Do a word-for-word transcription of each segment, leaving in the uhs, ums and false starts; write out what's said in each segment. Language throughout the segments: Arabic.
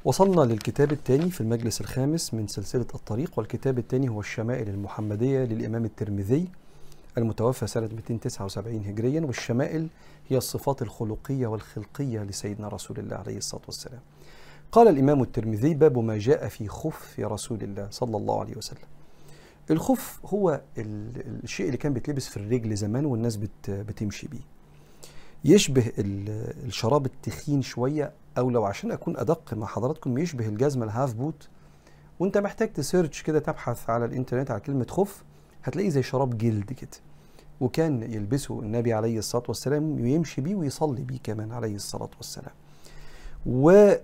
وصلنا للكتاب الثاني في المجلس الخامس من سلسلة الطريق، والكتاب الثاني هو الشمائل المحمدية للإمام الترمذي المتوفى سنة مئتين وتسعة وسبعين هجريا. والشمائل هي الصفات الخلقية والخلقية لسيدنا رسول الله عليه الصلاة والسلام. قال الإمام الترمذي: باب ما جاء في خف رسول الله صلى الله عليه وسلم. الخف هو الشيء اللي كان بيتلبس في الرجل زمان والناس بت بتمشي بيه، يشبه الشراب التخين شوية، أو لو عشان أكون أدق مع حضراتكم يشبه الجزمة الهاف بوت. وانت محتاج تسيرش كده، تبحث على الانترنت على كلمة خف، هتلاقيه زي شراب جلد كده، وكان يلبسه النبي عليه الصلاة والسلام ويمشي بيه ويصلي بيه كمان عليه الصلاة والسلام. وغير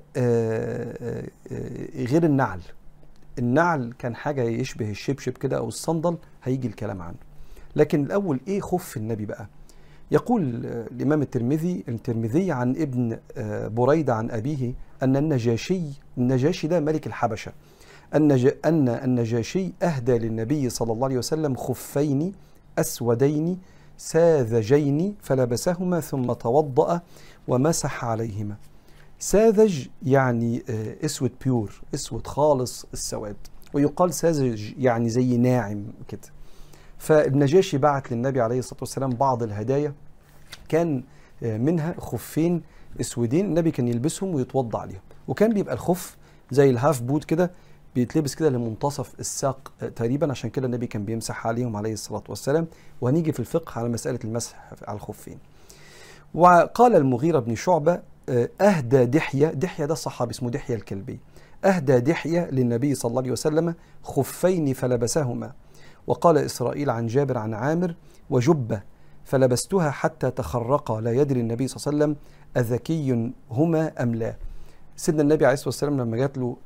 النعل، النعل كان حاجة يشبه الشبشب كده أو الصندل، هيجي الكلام عنه. لكن الأول إيه خف النبي بقى؟ يقول الإمام الترمذي الترمذي عن ابن بريدة عن أبيه أن النجاشي النجاشي ده ملك الحبشة، أن أن النجاشي أهدى للنبي صلى الله عليه وسلم خفين أسودين ساذجين فلبسهما ثم توضأ ومسح عليهما. ساذج يعني اسود بيور، اسود خالص السواد، ويقال ساذج يعني زي ناعم كده. فالنجاشي بعت للنبي عليه الصلاة والسلام بعض الهدايا، كان منها خفين اسودين النبي كان يلبسهم ويتوضع عليهم، وكان بيبقى الخف زي الهاف بوت كده، بيتلبس كده لمنتصف الساق تقريبا، عشان كده النبي كان بيمسح عليهم عليه الصلاة والسلام. وهنيجي في الفقه على مسألة المسح على الخفين. وقال المغيرة بن شعبة: أهدى دحية، دحية ده صحابي اسمه دحية الكلبي، أهدى دحية للنبي صلى الله عليه وسلم خفين فلبسهما. وقال إسرائيل عن جابر عن عامر: وجبة فلبستها حتى تخرقا لا يدري النبي صلى الله عليه وسلم أذكي هما أم لا. سيدنا النبي عليه الصلاة والسلام لما جات له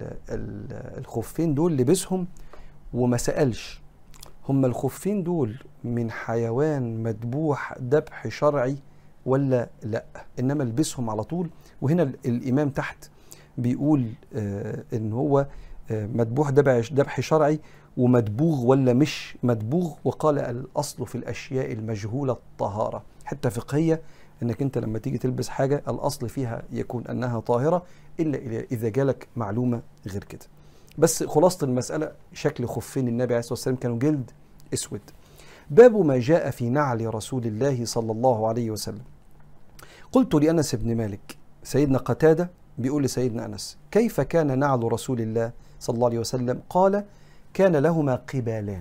الخفين دول لبسهم وما سألش هم الخفين دول من حيوان مذبوح ذبح شرعي ولا لا، إنما لبسهم على طول. وهنا الإمام تحت بيقول آه إن هو آه مذبوح ذبح شرعي ومدبوغ ولا مش مدبوغ. وقال: الأصل في الأشياء المجهولة الطهارة. حتى فقهية انك انت لما تيجي تلبس حاجة الاصل فيها يكون انها طاهرة، الا اذا جالك معلومة غير كده. بس خلاصة المسألة شكل خفين النبي عليه الصلاة والسلام كانوا جلد اسود. باب ما جاء في نعل رسول الله صلى الله عليه وسلم. قلت لأنس بن مالك، سيدنا قتادة بيقول لسيدنا أنس: كيف كان نعل رسول الله صلى الله عليه وسلم؟ قال: كان لهما قبالان.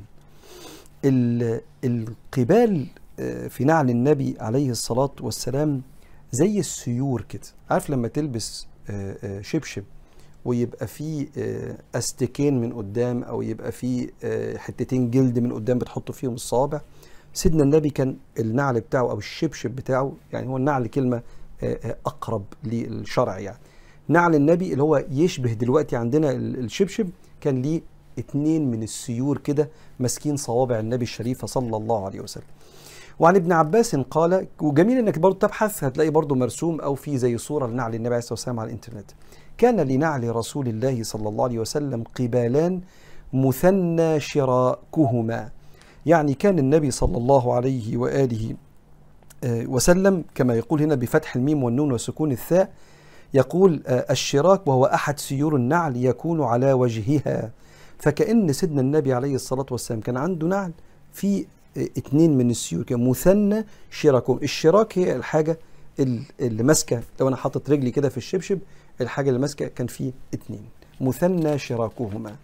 القبال في نعل النبي عليه الصلاة والسلام زي السيور كده. عارف لما تلبس شبشب ويبقى فيه أستكين من قدام، أو يبقى فيه حتتين جلد من قدام بتحط فيهم الصوابع؟ سيدنا النبي كان النعل بتاعه أو الشبشب بتاعه، يعني هو النعل كلمة أقرب للشرع، يعني نعل النبي اللي هو يشبه دلوقتي عندنا الشبشب كان ليه اتنين من السيور كده ماسكين صوابع النبي الشريفة صلى الله عليه وسلم. وعن ابن عباس قال، وجميل انك برضو تبحث هتلاقي برضو مرسوم او في زي صورة لنعل النبي عليه الصلاة والسلام على الانترنت: كان لنعل رسول الله صلى الله عليه وسلم قبالان مثنى شراكهما. يعني كان النبي صلى الله عليه وآله وسلم كما يقول هنا بفتح الميم والنون وسكون الثاء، يقول الشراك وهو أحد سيور النعل يكون على وجهها. فكأن سيدنا النبي عليه الصلاة والسلام كان عنده نعل في اتنين من السيور كده مثنى شراكهم. الشراك هي الحاجة اللي ماسكة، لو أنا حاطط رجلي كده في الشبشب الحاجة اللي ماسكة كان فيه اتنين مثنى شراكهما.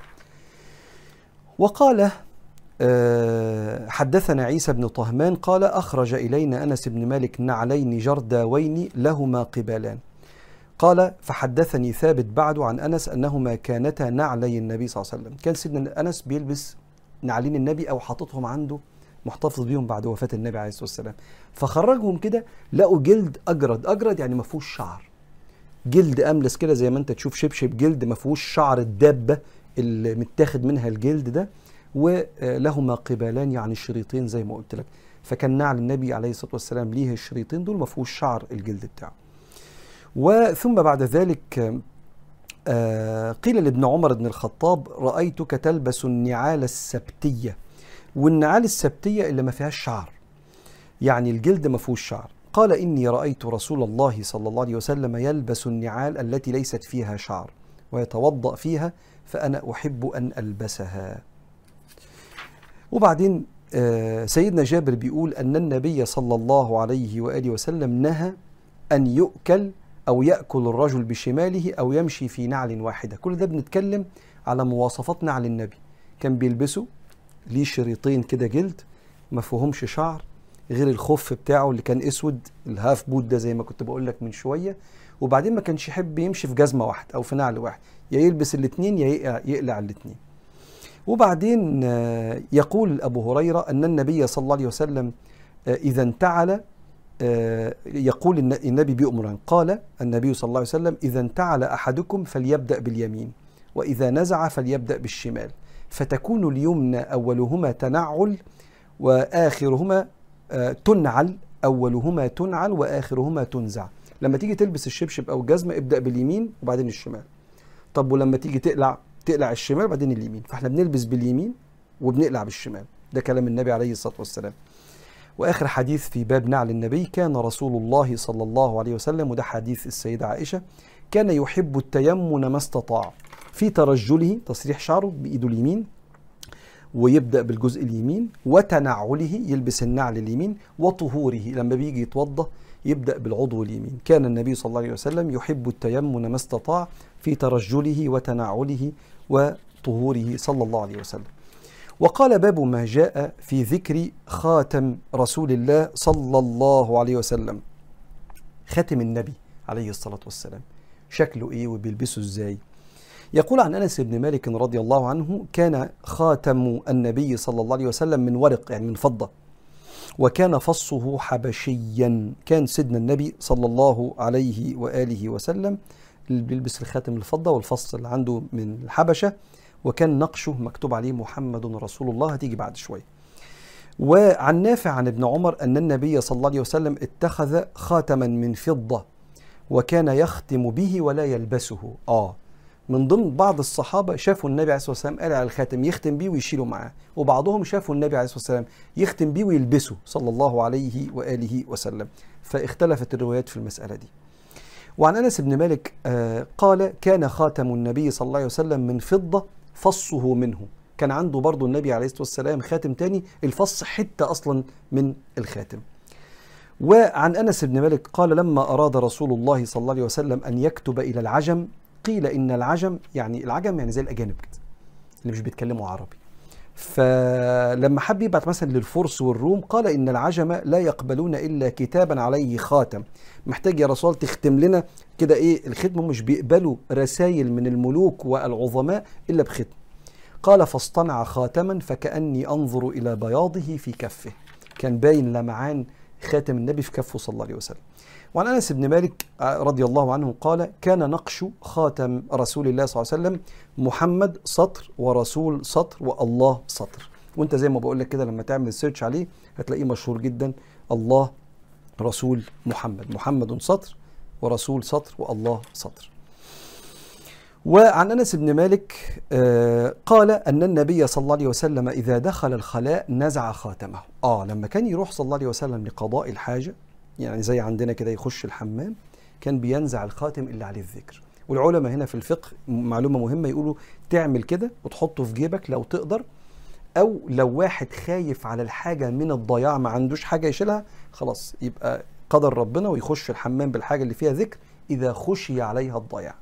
وقال حدثنا عيسى بن طهمان قال: أخرج إلينا أنس بن مالك نعلين جرداوين لهما قبالان. قال: فحدثني ثابت بعد عن أنس أنهما كانتا نعلي النبي صلى الله عليه وسلم. كان سيدنا أنس بيلبس نعلين النبي أو حاططهم عنده محتفظ بيهم بعد وفاة النبي عليه الصلاة والسلام. فخرجهم كده لقوا جلد أجرد، أجرد يعني ما فيهوش شعر، جلد أملس كده زي ما أنت تشوف شبشب جلد ما فيهوش شعر الدابة اللي متاخد منها الجلد ده. ولهما قبالان يعني الشريطين زي ما قلت لك. فكان نعل النبي عليه الصلاة والسلام ليه الشريطين دول ما فيهوش شعر الجلد بتاعه. وثم بعد ذلك آه قيل لابن عمر بن الخطاب: رأيتك تلبس النعال السبتية. والنعال السبتية اللي ما فيهاش شعر، يعني الجلد ما فيهوش شعر. قال إني رأيت رسول الله صلى الله عليه وسلم يلبس النعال التي ليست فيها شعر ويتوضأ فيها، فأنا أحب أن ألبسها. وبعدين سيدنا جابر بيقول أن النبي صلى الله عليه وآله وسلم نهى أن يؤكل أو يأكل الرجل بشماله أو يمشي في نعل واحدة. كل ده بنتكلم على مواصفات نعل النبي. كان بيلبسه ليه شريطين كده جلد ما فيهمش شعر، غير الخف بتاعه اللي كان اسود، الهاف بوت ده زي ما كنت بقول لك من شويه. وبعدين ما كانش يحب يمشي في جزمه واحده او في نعل واحد، يا يلبس الاثنين يا يقلع الاثنين. وبعدين يقول ابو هريره ان النبي صلى الله عليه وسلم اذا انتعل، يقول النبي بيؤمر، قال النبي صلى الله عليه وسلم اذا انتعل احدكم فليبدا باليمين واذا نزع فليبدا بالشمال، فتكون اليمنى اولهما تنعل واخرهما تنعل، أولهما تنعل وآخرهما تنزع. لما تيجي تلبس الشبشب أو الجزمة ابدأ باليمين وبعدين الشمال. طب ولما تيجي تقلع تقلع الشمال وبعدين اليمين. فاحنا بنلبس باليمين وبنقلع بالشمال. ده كلام النبي عليه الصلاة والسلام. وآخر حديث في باب نعل النبي، كان رسول الله صلى الله عليه وسلم، وده حديث السيدة عائشة، كان يحب التيمن ما استطاع في ترجله، تصريح شعره بإيده اليمين ويبدأ بالجزء اليمين، وتنعله يلبس النعل اليمين، وطهوره لما بيجي يتوضأ يبدأ بالعضو اليمين. كان النبي صلى الله عليه وسلم يحب التيمن ما استطاع في ترجله وتنعله وطهوره صلى الله عليه وسلم. وقال باب ما جاء في ذكر خاتم رسول الله صلى الله عليه وسلم. خاتم النبي عليه الصلاة والسلام شكله ايه وبيلبسه ازاي؟ يقول عن أنس بن مالك رضي الله عنه كان خاتم النبي صلى الله عليه وسلم من ورق، يعني من فضة، وكان فصه حبشيا. كان سيدنا النبي صلى الله عليه وآله وسلم بيلبس الخاتم الفضة والفص اللي عنده من الحبشة، وكان نقشه مكتوب عليه محمد رسول الله، هتيجي بعد شوية. وعن نافع عن ابن عمر أن النبي صلى الله عليه وسلم اتخذ خاتما من فضة وكان يختم به ولا يلبسه. آه من ضمن بعض الصحابة شافوا النبي عليه الصلاة والسلام قال على الخاتم يختم بيه ويشيله معاه، وبعضهم شافوا النبي عليه الصلاة والسلام يختم بيه ويلبسه صلى الله عليه وآله وسلم، فاختلفت الروايات في المسألة دي. وعن أنس بن مالك آه قال كان خاتم النبي صلى الله عليه وسلم من فضة فصه منه. كان عنده برضو النبي عليه الصلاة والسلام خاتم تاني الفص حتة أصلا من الخاتم. وعن أنس بن مالك قال لما أراد رسول الله صلى الله عليه وسلم أن يكتب إلى العجم، قيل إن العجم يعني العجم يعني زي الأجانب كده اللي مش بيتكلموا عربي، فلما حب يبعت مثلا للفرس والروم قال إن العجم لا يقبلون إلا كتابا عليه خاتم. محتاج يا رسول تختم لنا كده إيه الختم، مش بيقبلوا رسائل من الملوك والعظماء إلا بختم. قال فاصطنع خاتما فكأني أنظر إلى بياضه في كفه، كان باين لمعان خاتم النبي في كفه صلى الله عليه وسلم. وعن أنس بن مالك رضي الله عنه قال كان نقش خاتم رسول الله صلى الله عليه وسلم محمد سطر ورسول سطر والله سطر. وانت زي ما بقول لك كده لما تعمل سيرش عليه هتلاقيه مشهور جدا، الله رسول محمد، محمد سطر ورسول سطر والله سطر. وعن أنس بن مالك قال أن النبي صلى الله عليه وسلم إذا دخل الخلاء نزع خاتمه. آه لما كان يروح صلى الله عليه وسلم لقضاء الحاجة، يعني زي عندنا كده يخش الحمام، كان بينزع الخاتم اللي عليه الذكر. والعلماء هنا في الفقه معلومة مهمة يقولوا تعمل كده وتحطه في جيبك لو تقدر، أو لو واحد خايف على الحاجة من الضياع ما عندوش حاجة يشيلها، خلاص يبقى قدر ربنا ويخش الحمام بالحاجة اللي فيها ذكر إذا خشي عليها الضياع.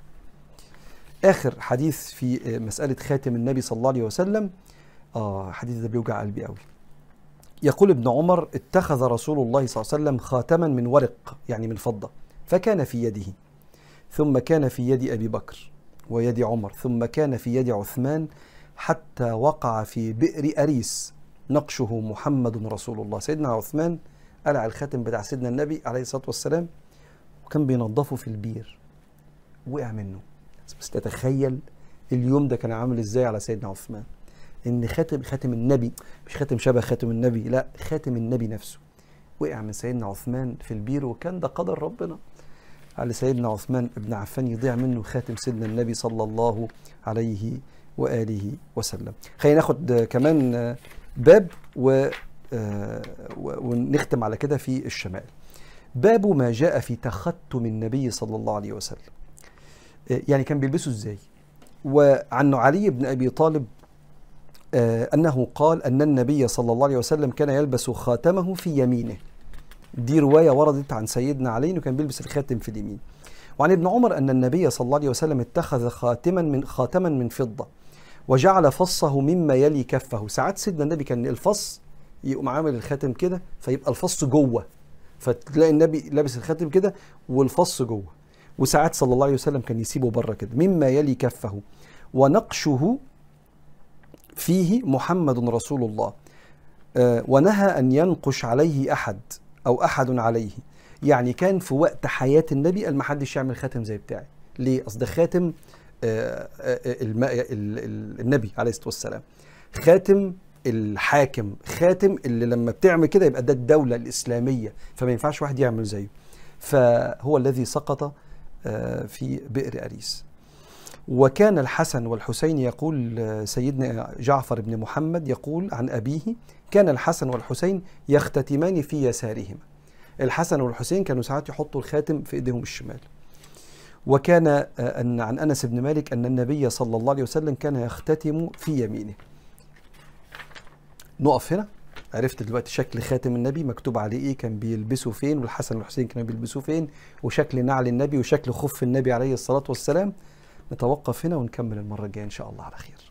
آخر حديث في مسألة خاتم النبي صلى الله عليه وسلم، آه حديث ده بيوجع قلبي قوي. يقول ابن عمر اتخذ رسول الله صلى الله عليه وسلم خاتما من ورق يعني من فضة، فكان في يده، ثم كان في يد أبي بكر ويد عمر، ثم كان في يد عثمان، حتى وقع في بئر أريس نقشه محمد رسول الله. سيدنا عثمان قلع الخاتم بتاع سيدنا النبي عليه الصلاة والسلام وكان بينظفه في البير، وقع منه. بس تتخيل اليوم ده كان عامل ازاي على سيدنا عثمان، ان خاتم خاتم النبي، مش خاتم شبه خاتم النبي، لا خاتم النبي نفسه وقع من سيدنا عثمان في البير، وكان ده قدر ربنا على سيدنا عثمان ابن عفان يضيع منه خاتم سيدنا النبي صلى الله عليه وآله وسلم. خلينا ناخد كمان باب و ونختم على كده في الشمائل. باب ما جاء في تختم النبي صلى الله عليه وسلم. يعني كان بيلبسه ازاي؟ وعن علي بن أبي طالب أنه قال أن النبي صلى الله عليه وسلم كان يلبس خاتمه في يمينه. دي رواية وردت عن سيدنا علي أنه كان بيلبس الخاتم في اليمين. وعن ابن عمر أن النبي صلى الله عليه وسلم اتخذ خاتما من خاتما من فضة وجعل فصه مما يلي كفه. ساعات سيدنا النبي كان الفص يقوم عامل الخاتم كده فيبقى الفص جوه، فتلاقي النبي لابس الخاتم كده والفص جوه. وساعات صلى الله عليه وسلم كان يسيبه بره كده مما يلي كفه. ونقشه فيه محمد رسول الله، آه ونهى أن ينقش عليه أحد أو أحد عليه. يعني كان في وقت حياة النبي قال ما حدش يعمل خاتم زي بتاعي. ليه؟ أصل ده خاتم آه آه النبي عليه الصلاة والسلام، خاتم الحاكم، خاتم اللي لما بتعمل كده يبقى ده الدولة الإسلامية، فما ينفعش واحد يعمل زيه. فهو الذي سقط آه في بئر أريس. وكان الحسن والحسين، يقول سيدنا جعفر بن محمد يقول عن أبيه: كان الحسن والحسين يختتمان في يسارهما. الحسن والحسين كانوا ساعات يحطوا الخاتم في ايديهم الشمال. وكان أن عن أنس بن مالك أن النبي صلى الله عليه وسلم كان يختتم في يمينه. نقف هنا. عرفت دلوقتي شكل خاتم النبي مكتوب عليه ايه، كان بيلبسه فين، والحسن والحسين كانوا بيلبسوه فين، وشكل نعل النبي وشكل خف النبي عليه الصلاة والسلام. نتوقف هنا ونكمل المرة الجاية إن شاء الله على خير.